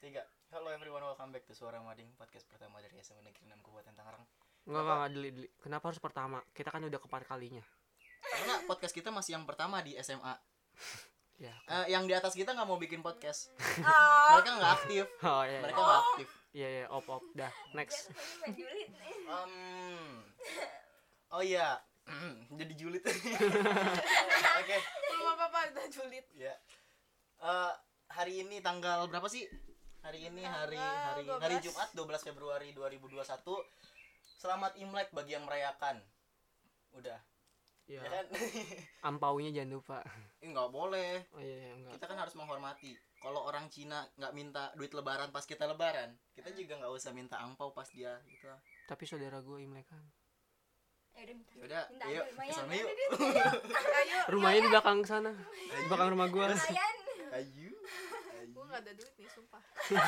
Tiga. Halo everyone, welcome back to Suara Mading, podcast pertama dari SMA Negeri 6 Kabupaten Tangerang. Enggak, Deli. Kenapa harus pertama? Kita kan udah keempat kalinya. Karena podcast kita masih yang pertama di SMA. Ya. Yang di atas kita nggak mau bikin podcast. Oh. Mereka nggak aktif. Oh iya. Mereka nggak aktif. Iya, op. Dah, next. Oh iya, jadi julid. Oke. Belum apa-apa udah julid. Ya. Hari ini tanggal berapa sih? Hari ini hari 12. Jumat 12 Februari 2021. Selamat Imlek bagi yang merayakan. Udah. Ya. Ya kan? Ampaunya jangan lupa. Nggak boleh. Oh iya, enggak. Kita kan harus menghormati. Kalau orang Cina nggak minta duit lebaran pas kita lebaran, kita juga nggak usah minta angpau pas dia gitu. Tapi saudara gue Imlekan. Yaudah, Minta yuk lumayan. kesana yuk. Ayo. Rumahnya di belakang sana. Di belakang rumah gue. Lumayan. Ayu. Gue enggak ada duit nih, sumpah.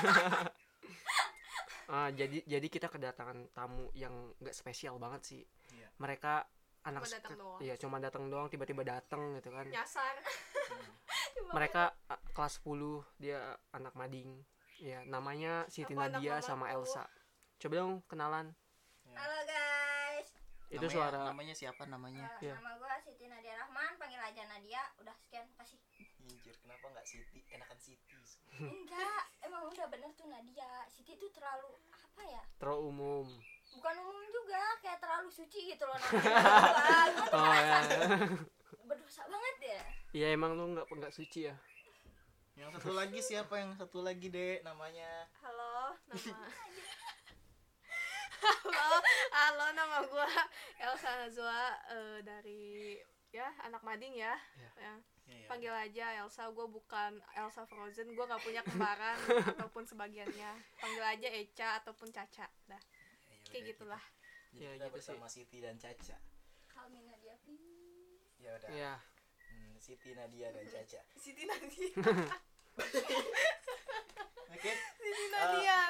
Jadi kita kedatangan tamu yang enggak spesial banget sih. Iya. Mereka anak Cuma datang doang. Iya, cuma datang doang, tiba-tiba datang gitu kan. Nyasar. Mereka kelas 10, dia anak mading. Ya, namanya Siti Apa anak Nadia mamaku? sama Elsa. Coba dong kenalan. Halo guys. Itu suara namanya siapa namanya? Iya. Nama gue Siti Nadia Rahman, panggil aja Nadia. Udah sekian, kasih. Injir, kenapa nggak Siti? Enakan Siti. Enggak, emang udah bener tuh Nadia. Siti tuh terlalu apa ya? terlalu umum. Bukan umum juga, kayak terlalu suci gitu loh namanya. Gue tuh Oh ya. berdosa banget ya. Iya, emang lu enggak suci ya. Yang satu lagi siapa? Yang satu lagi dek namanya? Halo, nama gue Elsa Nazwa, dari ya anak mading ya. Iya. Iya. Panggil aja Elsa, gue bukan Elsa Frozen, gue nggak punya kembaran ataupun sebagiannya. Panggil aja Eca ataupun Caca, dah kayak gitulah. Jadi Ya, kita gitu sih. bersama Siti dan Caca. Call me Nadia please. Ya udah. Iya. Siti, Nadia dan Caca. Siti Nadia. Oke. Siti Nadia.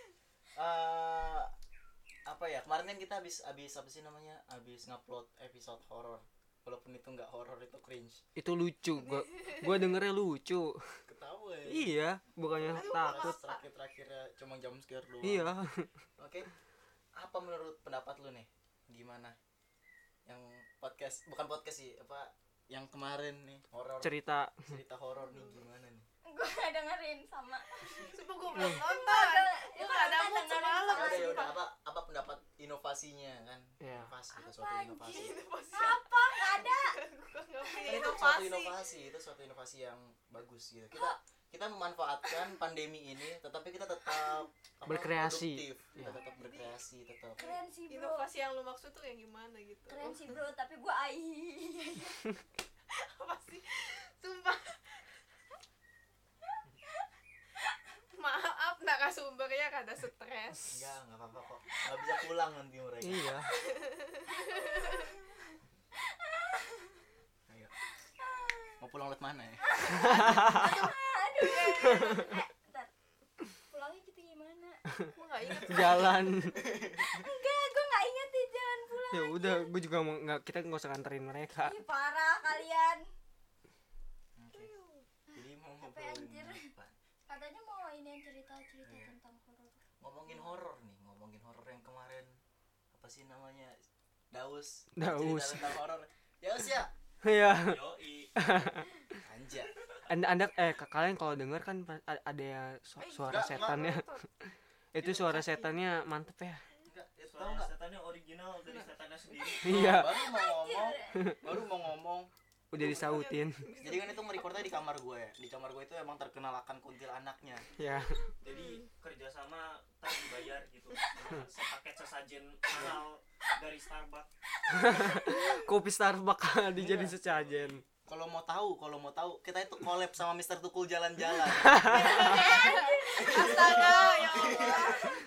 Apa ya? Kemarin kan kita habis apa sih namanya? Habis ngupload episode horor. Walaupun itu nggak horor, itu cringe. Itu lucu. Gua dengernya lucu. Ketawa ya. Iya, bukannya takut. Terakhir-terakhirnya cuma jump scare doang. Iya. Oke. Apa menurut pendapat lu nih? Gimana? Yang podcast, bukan podcast sih, apa yang kemarin nih horor. Cerita Horor nih gimana nih? Gue gak dengerin sama. Sumpah gue belum nonton. Gue gak ada mood semalam. Ya udah apa pendapat inovasinya kan? Iya. Inovasi itu suatu inovasi. Apa? Gak ada. Gue gak punya Kan itu suatu inovasi. itu suatu inovasi yang bagus gitu. Kita memanfaatkan pandemi ini, tetapi kita tetap Berkreasi. produktif. Kita tetap berkreasi, tetap. Keren sih bro. Inovasi yang lu maksud tuh yang gimana gitu? Keren sih bro, tapi gue Apa sih? Sumpah. Maaf narasumbernya kada stres. Enggak apa-apa kok. Enggak bisa pulang nanti mereka. Iya. Ayo. Mau pulang lewat mana ya? Bentar. Pulangnya gitu gimana? Gue gak inget. Jalan. Enggak, gue gak inget di jalan pulang. Ya udah, gue juga mau kita nggak usah nganterin mereka. Ih parah kalian. Oke. Jadi mau Capek, ngobrolin anjir. apa? Katanya mau ini cerita Iya. tentang horor. Ngomongin horor nih, ngomongin horor yang kemarin apa sih namanya? Daus. Daus. Cerita tentang horor. Daus ya? Iya. Yoi. Anja. Anda kalian kalau denger kan ada ya suara enggak, setannya. Itu suara setannya mantep ya. Enggak, tahu Suara enggak? setannya original dari setannya sendiri. Iya. Baru mau ngomong. Udah disautin. Jadi kan itu mereportnya di kamar gue ya. Di kamar gue itu emang terkenal akan kuntilanaknya. Ya. Jadi kerjasama tak dibayar gitu. Sepaket sesajen mahal dari Starbucks. Kopi Starbucks dijadiin sesajen. Kalau mau tahu, kita itu collab sama Mr. Tukul jalan-jalan. Astaga, ya Allah.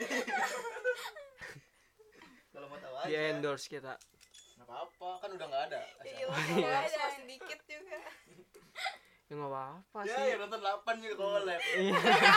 Kalau mau tahu Di aja. endorse kita. Nggak apa-apa, kan udah nggak ada. Iya, Iya. masih dikit juga. Ya nggak apa-apa Ya, sih. yang nonton 8 juga collab. Iya.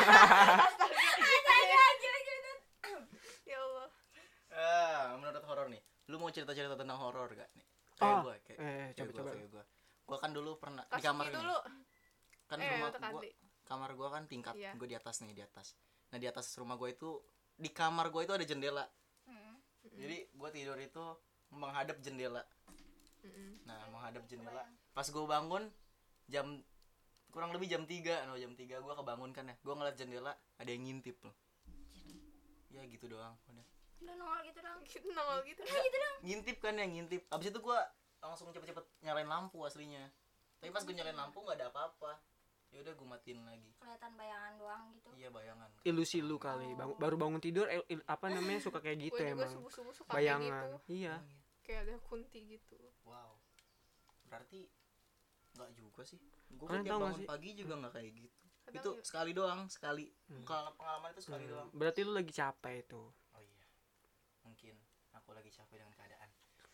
Ya Allah. Menurut horor nih. Lu mau cerita-cerita tentang horor gak nih? Oh, Kayak coba. gue. Gue kan dulu pernah di Kasuki kamar ini. dulu. Kan Untuk rumah Andi. kamar gue kan tingkat, Iya. gue di atas. Nah di atas rumah gue itu, di kamar gue itu ada jendela. Hmm. Jadi gue tidur itu menghadap jendela. Nah menghadap jendela. Pas gue bangun jam kurang lebih jam 3 gue kebangun kan ya. Gue ngeliat jendela ada yang ngintip loh. Ya gitu doang udah. Udah nongol gitu dong. Gitu nongol gitu. Ngintip kan yang ngintip. Abis itu gue langsung cepet-cepet nyalain lampu aslinya. Tapi pas gue nyalain lampu nggak ada apa-apa. Ya udah gue matiin lagi. Kelihatan bayangan doang gitu. Iya bayangan. Ilusi lu kali. Baru bangun tidur apa namanya suka kayak gitu Gue juga emang. subuh-subuh suka kayak Bayangan. gitu. Iya. Kayak ada kunti gitu. Wow. Berarti nggak juga sih. Gue Kalian tiap tahu nggak bangun sih? pagi juga nggak kayak gitu. Kadang Itu ya- sekali doang, sekali. Kalau pengalaman itu sekali doang. Berarti lu lagi capek itu. Oh iya. Mungkin aku lagi capek dengan keadaan.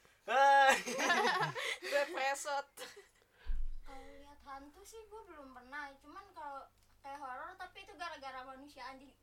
Gue pesot. Kalau lihat hantu sih gue belum pernah. Cuman kalau kayak horor tapi itu gara-gara manusia anjing.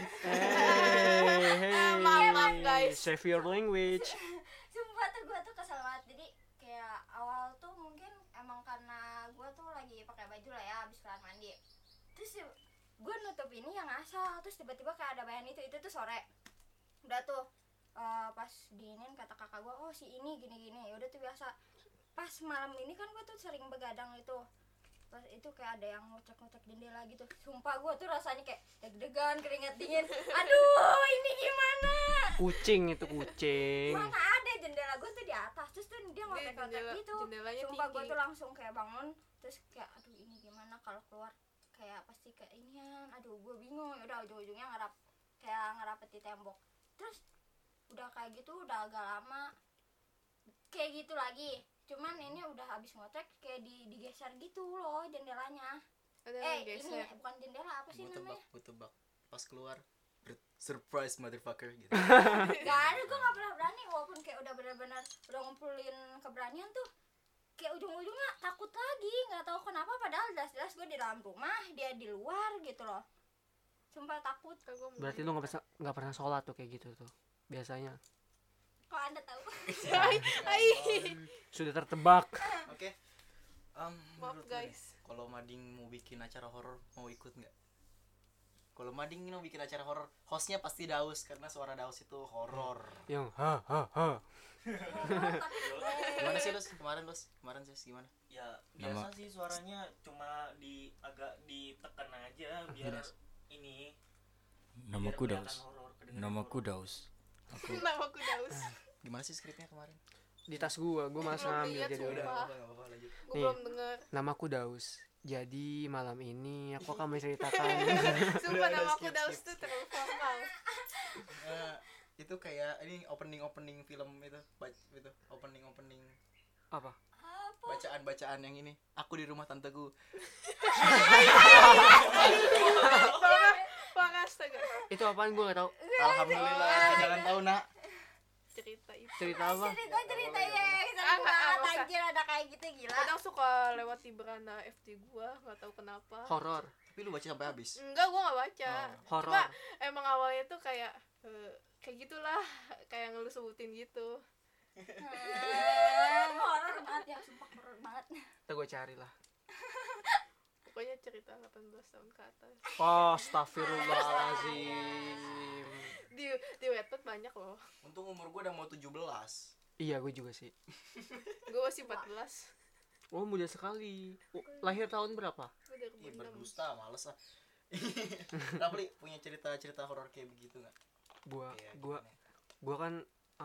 Maaf, guys. Save your language. Sumpah tuh gue tuh kesel banget. Jadi kayak awal tuh mungkin emang karena gue tuh lagi pakai baju lah ya abis kelar mandi. Terus gue nutup ini yang asal. Terus tiba-tiba kayak ada bayangan itu tuh sore. Udah tuh pas diinin kata kakak gue, oh si ini gini-gini. Ya udah tuh biasa. Pas malam ini kan gue tuh sering begadang itu. Pas itu kayak ada yang ngocek-ngocek jendela gitu. Sumpah gue tuh rasanya kayak deg-degan, keringat dingin. Aduh, ini gimana? Kucing itu kucing. Mana ada jendela gue tuh di atas. Terus tuh dia ngocek-ngocek jendela- gitu. jendelanya Sumpah gue tinggi. tuh langsung kayak bangun. Terus kayak aduh ini gimana kalau keluar. Kayak pasti kayak inian. Aduh gue bingung. Udah ujung-ujungnya ngerapet di tembok. Terus udah kayak gitu udah agak lama. Kayak gitu lagi. Cuman ini udah habis ngocek kayak digeser gitu loh jendelanya. Ada yang Ini geser. bukan jendela apa sih namanya? Gue tebak. Pas keluar surprise motherfucker gitu. Gak ada, gue gak pernah berani walaupun kayak udah benar-benar udah ngumpulin keberanian tuh kayak ujung-ujungnya takut lagi, nggak tahu kenapa padahal jelas-jelas gue di dalam rumah dia di luar gitu loh. Sumpah takut. Berarti lu nggak pernah sholat tuh kayak gitu tuh biasanya. Kok Anda tahu? Sudah tertebak. Oke. Maaf, Menurut lu guys. nih, kalau Mading mau bikin acara horor mau ikut nggak? Kalau Mading mau bikin acara horor, hostnya pasti Daus karena suara Daus itu horor. Yang ha. Gimana sih Lus? Kemarin sih gimana? Ya biasa sih suaranya cuma agak ditekan aja biar ini Namaku biar Daus. kelihatan horor, kedengeran Namaku horor. Daus. Namaku Daus. Gimana sih skripnya kemarin? Di tas gua malas Belum ngambil lihat, jadi sumpah. udah. Nggak apa-apa, lanjut. Gue Nih. belum denger. Namaku Daus. Jadi malam ini aku akan menceritakan Sumpah Udah, namaku skip, Daus skip, tuh terlalu formal. Itu kayak ini opening film itu, itu opening apa? bacaan yang ini. Aku di rumah tanteku. Parah astaga. Itu apaan gua nggak tahu. Alhamdulillah, jangan tahu nak. Cerita itu. Cerita apa? cerita ya Ah, serem banget usah. anjir ada kayak gitu gila. Kadang suka lewat di beranda FT gua, nggak tahu kenapa. Horor. Tapi lu baca sampai habis. Enggak, gua nggak baca. Horor. Cuma emang awalnya tuh kayak gitulah, kayak ngeluh sebutin gitu. Horor banget ya, sumpah horor banget. Kita gua cari lah. Pokoknya cerita 18 tahun ke atas. Oh, astagfirullahalazim. Di Wattpad banyak loh. Untung umur gua udah mau 17. Iya, gue juga sih. Gue masih 14. Oh, muda sekali. Oh, lahir tahun berapa? Gue dari Ih, 2006. berdusta, males ah. Tapi punya cerita horor kayak begitu enggak? Gua kan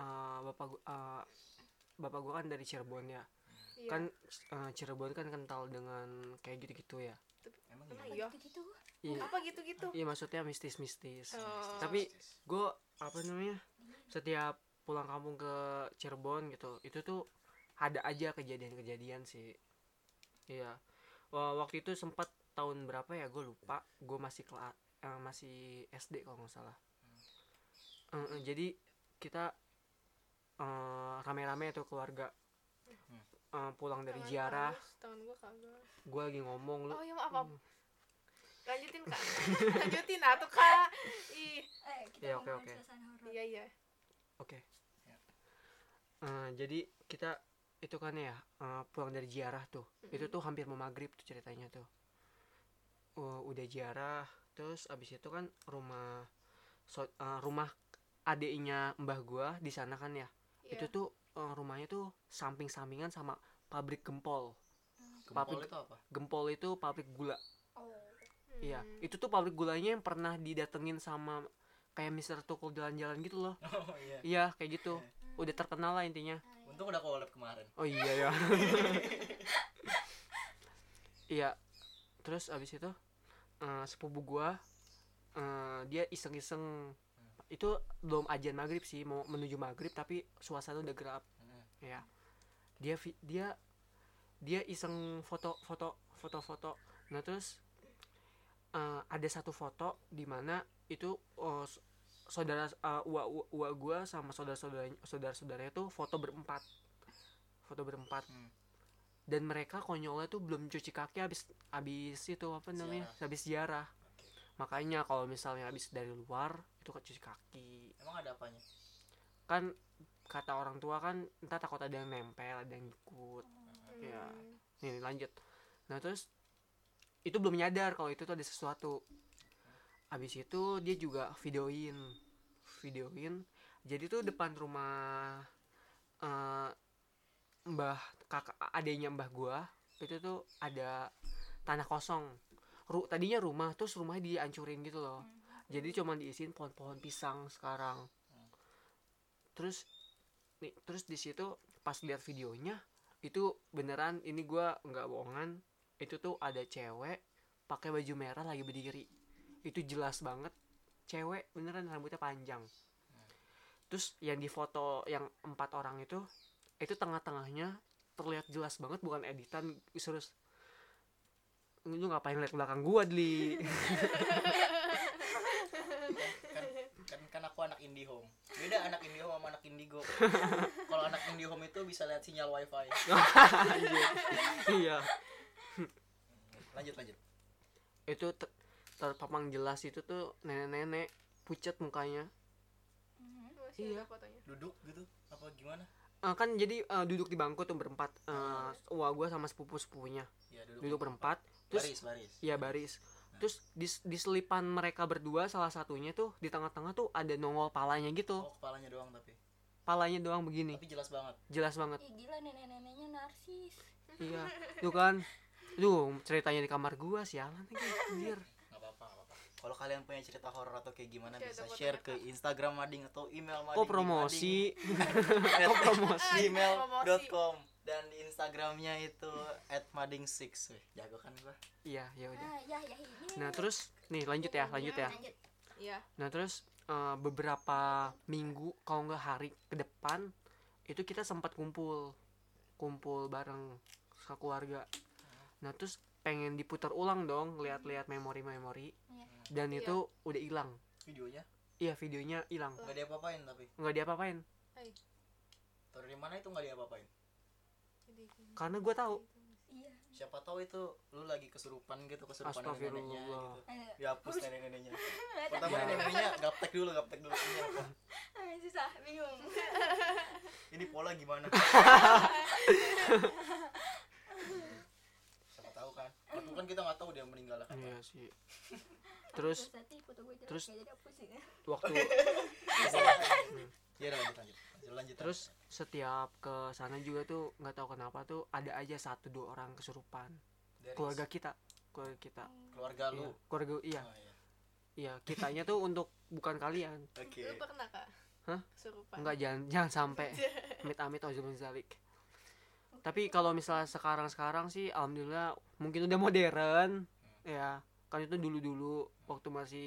bapak gua kan dari Cirebon ya. Iya. Kan Cirebon kan kental dengan kayak gitu-gitu ya. Emang Emang iya. iya. Gitu. Iya. Apa gitu-gitu? Iya, maksudnya mistis-mistis. Oh. Tapi gue setiap pulang kampung ke Cirebon gitu, itu tuh ada aja kejadian-kejadian sih. Iya. Waktu itu sempat tahun berapa ya gue lupa. Gue masih masih SD kalau nggak salah. Jadi kita rame-rame tuh keluarga pulang dari ziarah. Tangan gue kagak. Gue lagi ngomong lu. Oh ya maaf. Lanjutin kak. Lanjutin atuh kak. Ih. Iya, Kita oke. suasana horor. Iya. Oke. Jadi kita itu kan ya pulang dari ziarah tuh. Itu tuh hampir mau maghrib tuh ceritanya tuh. Udah ziarah Terus abis itu kan rumah adiknya mbah gua di sana kan ya. Iya. Itu tuh rumahnya tuh samping-sampingan sama pabrik gempol. Gempol itu apa? Gempol itu pabrik gula. Oh. Iya, itu tuh pabrik gulanya yang pernah didatengin sama kayak Mister Tukul jalan-jalan gitu loh. Oh iya. Iya, kayak gitu. Udah terkenal lah intinya. Untung udah collab kemarin. Oh iya ya. Iya. Terus abis itu sepupu gua dia iseng-iseng, itu belum ajan maghrib sih, mau menuju maghrib tapi suasana udah gelap. Ya. Dia iseng foto. Nah terus ada satu foto di mana itu saudara uak gua sama saudara-saudaranya tuh foto berempat. Dan mereka konyolnya tuh belum cuci kaki habis itu apa namanya? Habis ziarah. Makanya kalau misalnya habis dari luar itu kan cuci kaki. Emang ada apanya? Kan kata orang tua kan entah takut ada yang nempel, ada yang ikut. Ya. Nih lanjut. Nah, terus itu belum nyadar kalau itu tuh ada sesuatu. Habis itu dia juga videoin. Jadi tuh depan rumah mbah kakak adenya mbah gua itu tuh ada tanah kosong. Tadinya rumah, terus rumahnya dihancurin gitu loh. Jadi cuma diisiin pohon-pohon pisang sekarang. Terus di situ pas lihat videonya itu beneran, ini gua nggak bohongan, itu tuh ada cewek pakai baju merah lagi berdiri. Itu jelas banget cewek beneran, rambutnya panjang. Terus yang di foto yang 4 orang itu tengah-tengahnya terlihat jelas banget bukan editan. Terus lu ngapain liat belakang gua, Dli? kan aku anak IndiHome. Beda anak IndiHome sama anak Indigo. Kalau anak IndiHome itu bisa lihat sinyal wifi. Iya. Lanjut. Itu terpapang jelas, itu tuh nenek-nenek pucat mukanya. Masih Iya. ada fotonya. Duduk gitu apa gimana? Kan jadi duduk di bangku tuh berempat. Wah, gua sama sepupu-sepupunya. Ya, Duduk berempat. Terus baris. Iya, baris. Terus di selipan mereka berdua salah satunya tuh di tengah-tengah tuh ada nongol palanya gitu. Oh, kepalanya doang tapi. Palanya doang begini. Tapi jelas banget. Jelas banget. Ih, gila nenek-neneknya narsis. Iya. Tuh kan. Tuh ceritanya di kamar gua, sialan lagi anjir. Enggak apa-apa. Kalau kalian punya cerita horor atau kayak gimana Oke, bisa ada share ke fotonya, Instagram Mading atau email Mading. Kok promosi? Kok promosi? email.com dan di Instagramnya itu @mading6. Wih, jago kan gua. Iya, ya udah. Ya ini. Nah, terus nih lanjut ya. Lanjut. Iya. Nah, terus beberapa minggu kalau nggak hari ke depan itu kita sempat kumpul bareng keluarga. Nah, terus pengen diputar ulang dong, lihat-lihat memori-memori. Dan Iya. itu udah hilang. Videonya Iya, videonya hilang. enggak diapa-apain tapi. Nggak diapa-apain. Tahu dari mana itu enggak diapa-apain? Karena gue tahu. Iya. Siapa tahu itu lu lagi kesurupan neneknya gitu. Astagfirullah. Dihapus nenek-neneknya. Pertama nenek-neneknya gaptek dulu ini apa? Susah, bingung. Ini pola gimana? Siapa tahu kan? Waktu kan kita nggak tahu dia meninggal kan. Iya sih. Terus Terus waktu Ya lanjut. terus setiap ke sana juga tuh nggak tahu kenapa tuh ada aja 1-2 orang kesurupan. Dari Keluarga kita. keluarga lu. Iya, keluarga iya. Oh, iya. Iya, kitanya tuh untuk bukan kalian. Oke. Lu pernah Kak? Hah? Kesurupan. Enggak, jangan sampai. Amit-amit auzubillahi zalik. Tapi kalau misalnya sekarang sih alhamdulillah mungkin udah modern. Ya, kan itu dulu waktu masih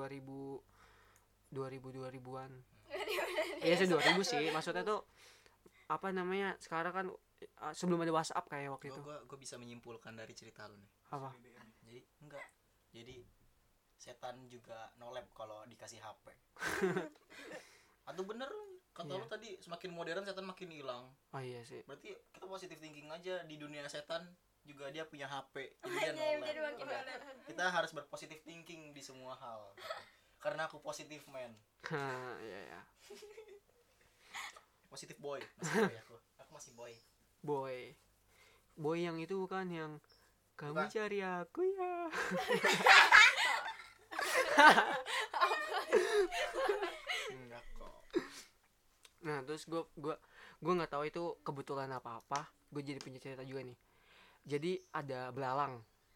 2000-an. Iya sih 2000 sih. Maksudnya tuh apa namanya? Sekarang kan sebelum ada WhatsApp kayak waktu itu. Gue bisa menyimpulkan dari cerita lu nih. Apa? Jadi setan juga nolep kalau dikasih HP. Atau bener kata lu tadi semakin modern setan makin hilang. Oh iya sih. Berarti kita positive thinking aja, di dunia setan juga dia punya HP. Jadi dia nolep. Kita harus berpositive thinking di semua hal. Karena aku positive man. Iya. Positive boy. Masih boy aku. Aku masih boy. Boy yang itu kan yang kamu Bukan. cari aku ya. Enggak kok. Nah terus gue nggak tahu itu kebetulan apa, gue jadi punya cerita juga nih. Jadi ada belalang.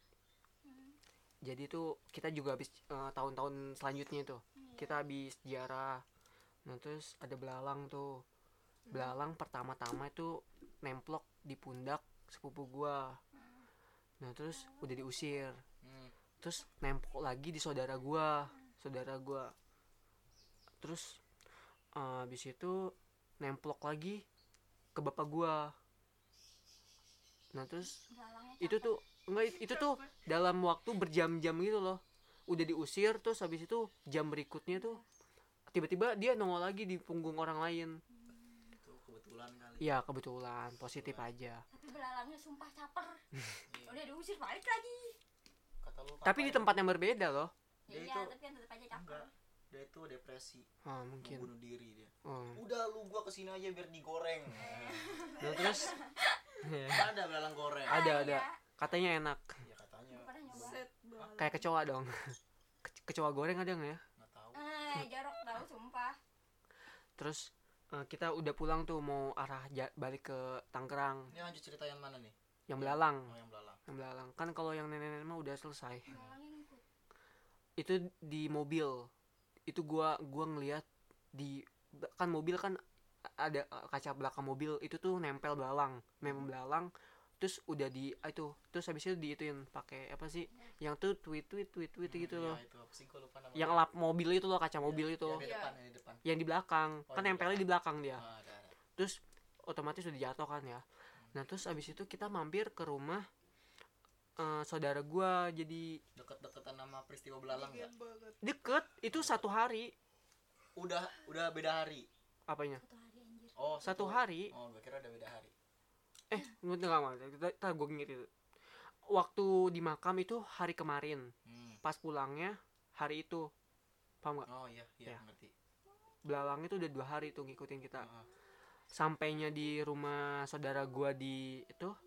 Jadi tuh kita juga habis tahun-tahun selanjutnya itu kita habis ziarah. Nah terus ada belalang tuh. Belalang pertama-tama itu nemplok di pundak sepupu gue. Nah terus udah diusir. Terus nemplok lagi di saudara gue. Terus habis itu nemplok lagi ke bapak gua. Nah terus itu tuh dalam waktu berjam-jam gitu loh. Udah diusir terus habis itu jam berikutnya tuh tiba-tiba dia nongol lagi di punggung orang lain. Itu kebetulan kali. Iya kebetulan, positif aja. Tapi belalangnya sumpah caper. Udah diusir balik lagi. Kata lu Tapi di tempat yang berbeda loh. Dia Iya, itu tapi kan tetap aja caper. enggak. Dia itu depresi. Oh Mau mungkin. bunuh diri dia. Oh. Udah lu gua kesini aja biar digoreng. Nah, terus Ada belalang goreng. ada Iya. katanya enak. Ya katanya. Pernah nyoba. Set belalang. Kayak kecoa dong. Kecoa goreng ada nggak ya? Enggak tahu. Jorok tahu sumpah. Terus kita udah pulang tuh mau arah balik ke Tangerang. Ini lanjut cerita yang mana nih? Yang belalang. Oh, yang belalang. Yang belalang kan kalau yang nenek-nenek mah udah selesai. Belalangnya ngikut. Itu di mobil. Itu gua ngelihat di kan mobil kan ada kaca belakang mobil itu tuh nempel belalang. Terus udah di itu terus habis itu diituin pakai apa sih? Yang tuh tweet gitu loh. Ya, itu apa sih gua lupa namanya. Yang lap mobil itu loh, kaca mobil itu. Yang di depan, yang di depan. Yang di belakang. Oh, Kan di nempelnya di belakang dia. Ada. Terus otomatis udah jatuh kan ya. Nah, terus habis itu kita mampir ke rumah saudara gua. Jadi Deket-deketan sama peristiwa belalang enggak? banget. deket, itu 1 hari. Udah beda hari. Apanya? 1 hari anjir. Oh, 1 hari. Oh, gua kira udah beda hari. Enggak mau. Kita gue inget itu. Waktu di makam itu hari kemarin. Pas pulangnya hari itu. Paham gak? Oh iya, Ya. ngerti. Belalang itu udah 2 hari tuh ngikutin kita. Heeh. Sampainya di rumah saudara gua di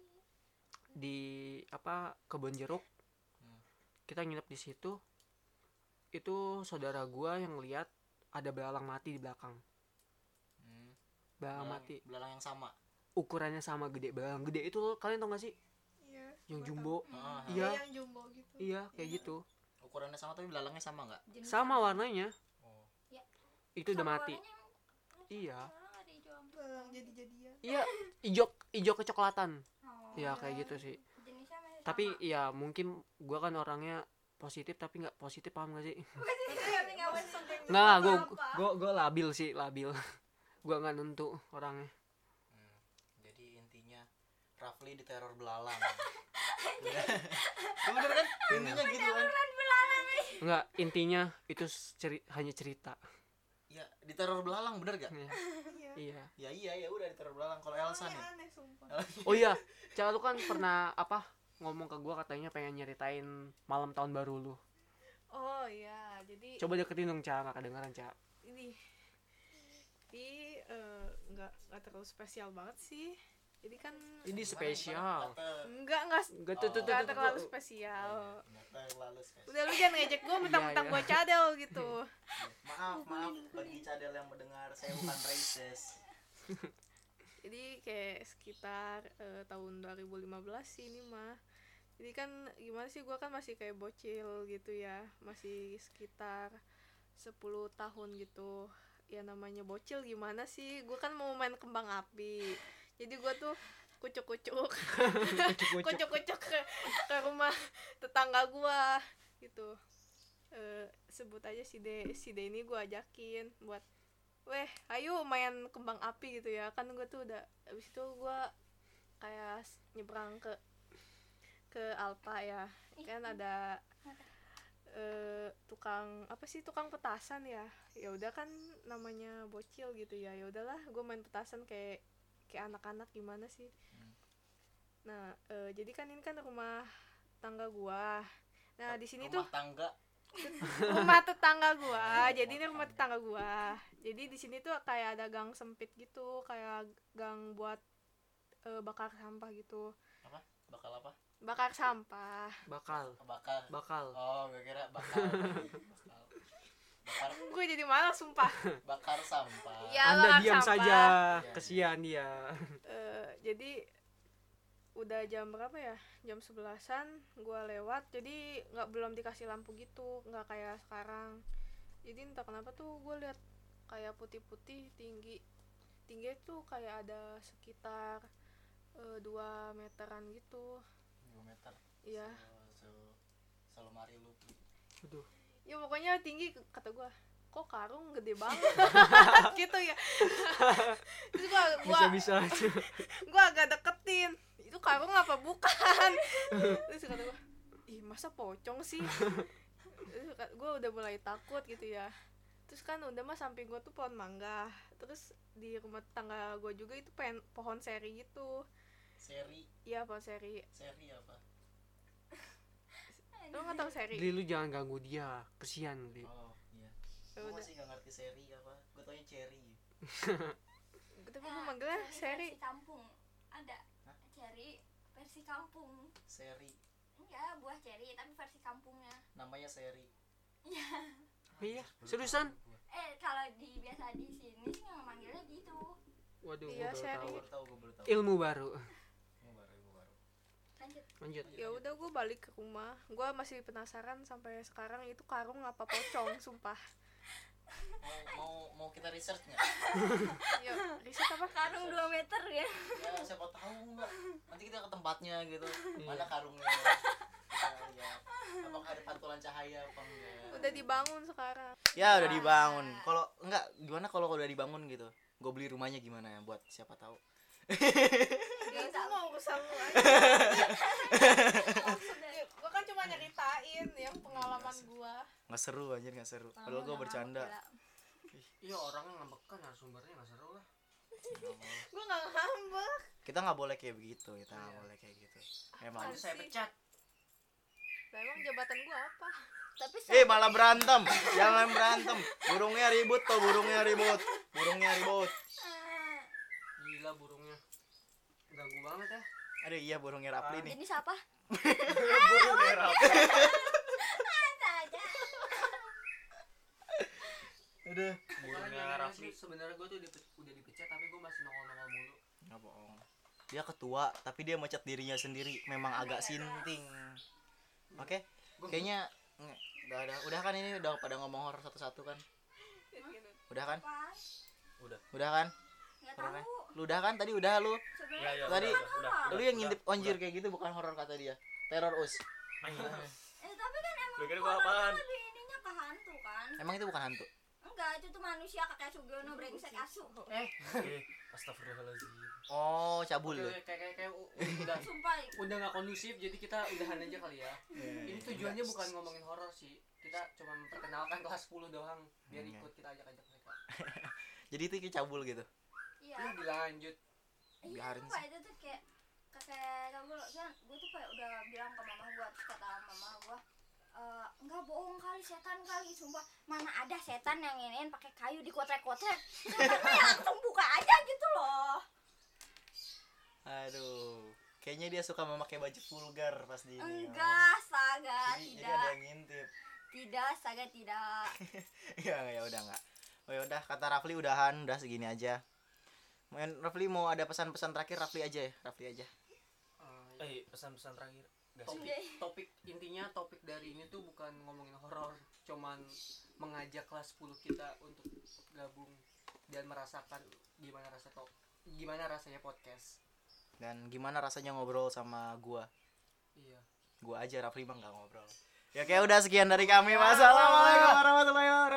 kebun jeruk. Kita nginep di situ. Itu saudara gua yang lihat ada belalang mati di belakang. Belalang mati. Belalang yang sama. Ukurannya sama, gede, belalang gede itu loh, kalian tau gak sih? Iya. Yang gua jumbo. tahu. Heeh. Iya. Yang jumbo gitu. Iya, kayak gitu. Ukurannya sama tapi belalangnya sama enggak? Jenis Sama warnanya. Oh. Itu udah sama mati. warnanya emang Iya. belalang ada hijau sama Belalang jadi-jadian. Iya, ijo kecoklatan. Oh, Iya, kayak gitu sih. jenisnya masih Tapi sama. ya mungkin gua kan orangnya positif tapi nggak positif, paham gak sih? Tapi nggak penting. Nggak, gue labil sih, labil. Gue nggak nentu orangnya. Jadi intinya Rafli diteror belalang. Bener kan? Intinya gitu kan. Nggak, intinya itu hanya cerita. Ya, diteror belalang bener gak? Iya. Iya. Ya udah diteror belalang. Kalau Elsa nih. Aneh sumpah. Oh iya, Ca, lu kan pernah ngomong ke gue katanya pengen nyeritain malam tahun baru lu. Oh iya, jadi Coba deketin dong, Ca, nggak kedengeran, Ca. ini nggak terlalu spesial banget sih. Jadi kan Ini spesial. nggak Nggak tuh. nggak terlalu spesial. Lalu spesial. Udah lu jangan ngejek gue mentang-mentang Iya. gue cadel gitu. Maaf bagi cadel yang mendengar, saya bukan racist. Jadi kayak sekitar tahun 2015 sih ini mah. Jadi kan gimana sih, gue kan masih kayak bocil gitu ya, masih sekitar 10 tahun gitu. Ya namanya bocil gimana sih, gue kan mau main kembang api. Jadi gue tuh kucuk-kucuk ke rumah tetangga gue gitu. Sebut aja si D ini gue ajakin buat, weh ayo main kembang api gitu ya. Kan gue tuh udah, abis itu gue kayak nyebrang ke Alpa ya, kan ada tukang petasan ya. Ya udah kan namanya bocil gitu ya, ya udahlah gue main petasan kayak anak-anak gimana sih. Nah jadi kan ini kan rumah tangga gua. Nah di sini tuh rumah tetangga gua. Jadi ini rumah tetangga gua. Jadi di sini tuh kayak ada gang sempit gitu, kayak gang buat bakar sampah gitu. Apa? Bakal apa? bakar sampah. Bakal. Bakar. Oh, gue kira bakar. Bakar Gue jadi malas sumpah. bakar sampah. Ya, Anda bakar diam sampah. saja. Iya. Kesian dia. Jadi udah jam berapa ya? Jam 11-an gue lewat. Jadi belum dikasih lampu gitu, nggak kayak sekarang. Jadi entah kenapa tuh gue lihat kayak putih-putih tinggi tuh kayak ada sekitar 2 meteran gitu. 2 meter. Iya. Selemari lu. Aduh. Ya pokoknya tinggi, kata gue, kok karung gede banget gitu ya. Terus Bisa. gue agak deketin, itu karung apa bukan. Terus kata gue, ih masa pocong sih. Terus gue udah mulai takut gitu ya. Terus kan udah mah samping gue tuh pohon mangga, terus di rumah tetangga gue juga itu pohon seri gitu. Seri. Iya, pohon seri. Seri apa? Lo nggak tahu seri? Li, lu jangan ganggu dia. Kesian, Li. Oh, iya. Ya Gue udah. masih gak ngerti seri apa. Gue taunya cherry. Tapi gue manggilnya seri. versi kampung ada. Hah? Ceri versi kampung. Seri. Enggak, buah ceri tapi versi kampungnya. Namanya seri. Iya, seriusan? Kalau biasa di sini sih nggak manggilnya gitu. Waduh, Iya, gua seri. baru tahu. Gue baru tahu. Ilmu baru. Ilmu baru. Lanjut. Ya udah gue balik ke rumah. Gue masih penasaran sampai sekarang itu karung apa pocong, sumpah. Mau kita research nggak? Ya, riset apa? Karung 2 meter ya. Ya siapa tahu nggak. Nanti kita ke tempatnya gitu. Mana karungnya? Ya. Apakah ada pantulan cahaya apa enggak? Udah dibangun sekarang. Ya udah dibangun. Kalau enggak gimana kalau udah dibangun gitu? Gue beli rumahnya gimana ya buat siapa tahu. Ya itu mau urusan lu aja. Gue kan cuma nyeritain yang pengalaman gue. Nggak seru anjir, nggak seru. Padahal gue bercanda. Iya, orangnya ngambekan, narasumbernya nggak seru lah. Gue nggak ngambek. Kita nggak boleh kayak begitu. Kita nggak boleh kayak gitu. Emang. Nanti saya pecat. Lah emang jabatan gue apa? Tapi Malah berantem. Jangan berantem. Burungnya ribut tuh, burungnya ribut. Gila burungnya. Ganggu banget ya. Aduh iya burungnya Rapli nih. ini siapa? Burungnya Rapli. Aduh. Burungnya Rafli. Sebenarnya gue tuh udah dipecat tapi gue masih nongol-nongol mulu. Nggak bohong. Dia ketua tapi dia mecat dirinya sendiri. Memang agak sinting. Oke. Kayaknya udah kan ini udah pada ngomong horor satu-satu kan? Udah kan? Apa? Udah kan? Nggak Horor kan? tahu. Lu udah kan? Tadi udah lu. Sebenarnya Tadi udah. lu yang ngintip onjir kayak gitu bukan horor kata dia. Teror us. tapi kan emang Lu kira gua horor apaan? tuh lebih ininya ke hantu kan? Emang itu bukan hantu. Enggak, itu tuh manusia kakek Sugiono brengsek asu. Astagfirullahaladzim. Oh, cabul lu. Kayak Sumpah. udah nggak kondusif, jadi kita udahan aja kali ya. Ini tujuannya bukan ngomongin horor sih, kita cuma memperkenalkan kelas 10 doang biar Iya. ikut, kita ajak-ajak mereka. Jadi itu kayak cabul gitu. Iya. Ini dilanjut. Iya, biarin sumpah itu tuh kayak kakek kamu kan gue tuh kayak udah bilang ke mama gue, terus kata mama gue enggak, bohong kali, setan kali, sumpah mana ada setan yang iniin pakai kayu dikotrek-kotrek, setannya ya langsung buka aja gitu loh. Aduh, kayaknya dia suka memakai baju vulgar pas di ini. Enggak, astaga, Jadi tidak, ada yang ngintip. tidak, astaga, tidak. Ya udah enggak. Oh ya udah, kata Rafli udahan, udah segini aja. Rafli mau ada pesan-pesan terakhir, Rafli aja ya, Rafli aja. Pesan-pesan terakhir. Topik intinya, topik dari ini tuh bukan ngomongin horor, cuman mengajak kelas 10 kita untuk gabung dan merasakan gimana rasanya podcast. Dan gimana rasanya ngobrol sama gua? Iya. Gua aja, Rafli mah enggak ngobrol. Ya kayak udah sekian dari kami. Wassalamualaikum warahmatullahi wabarakatuh.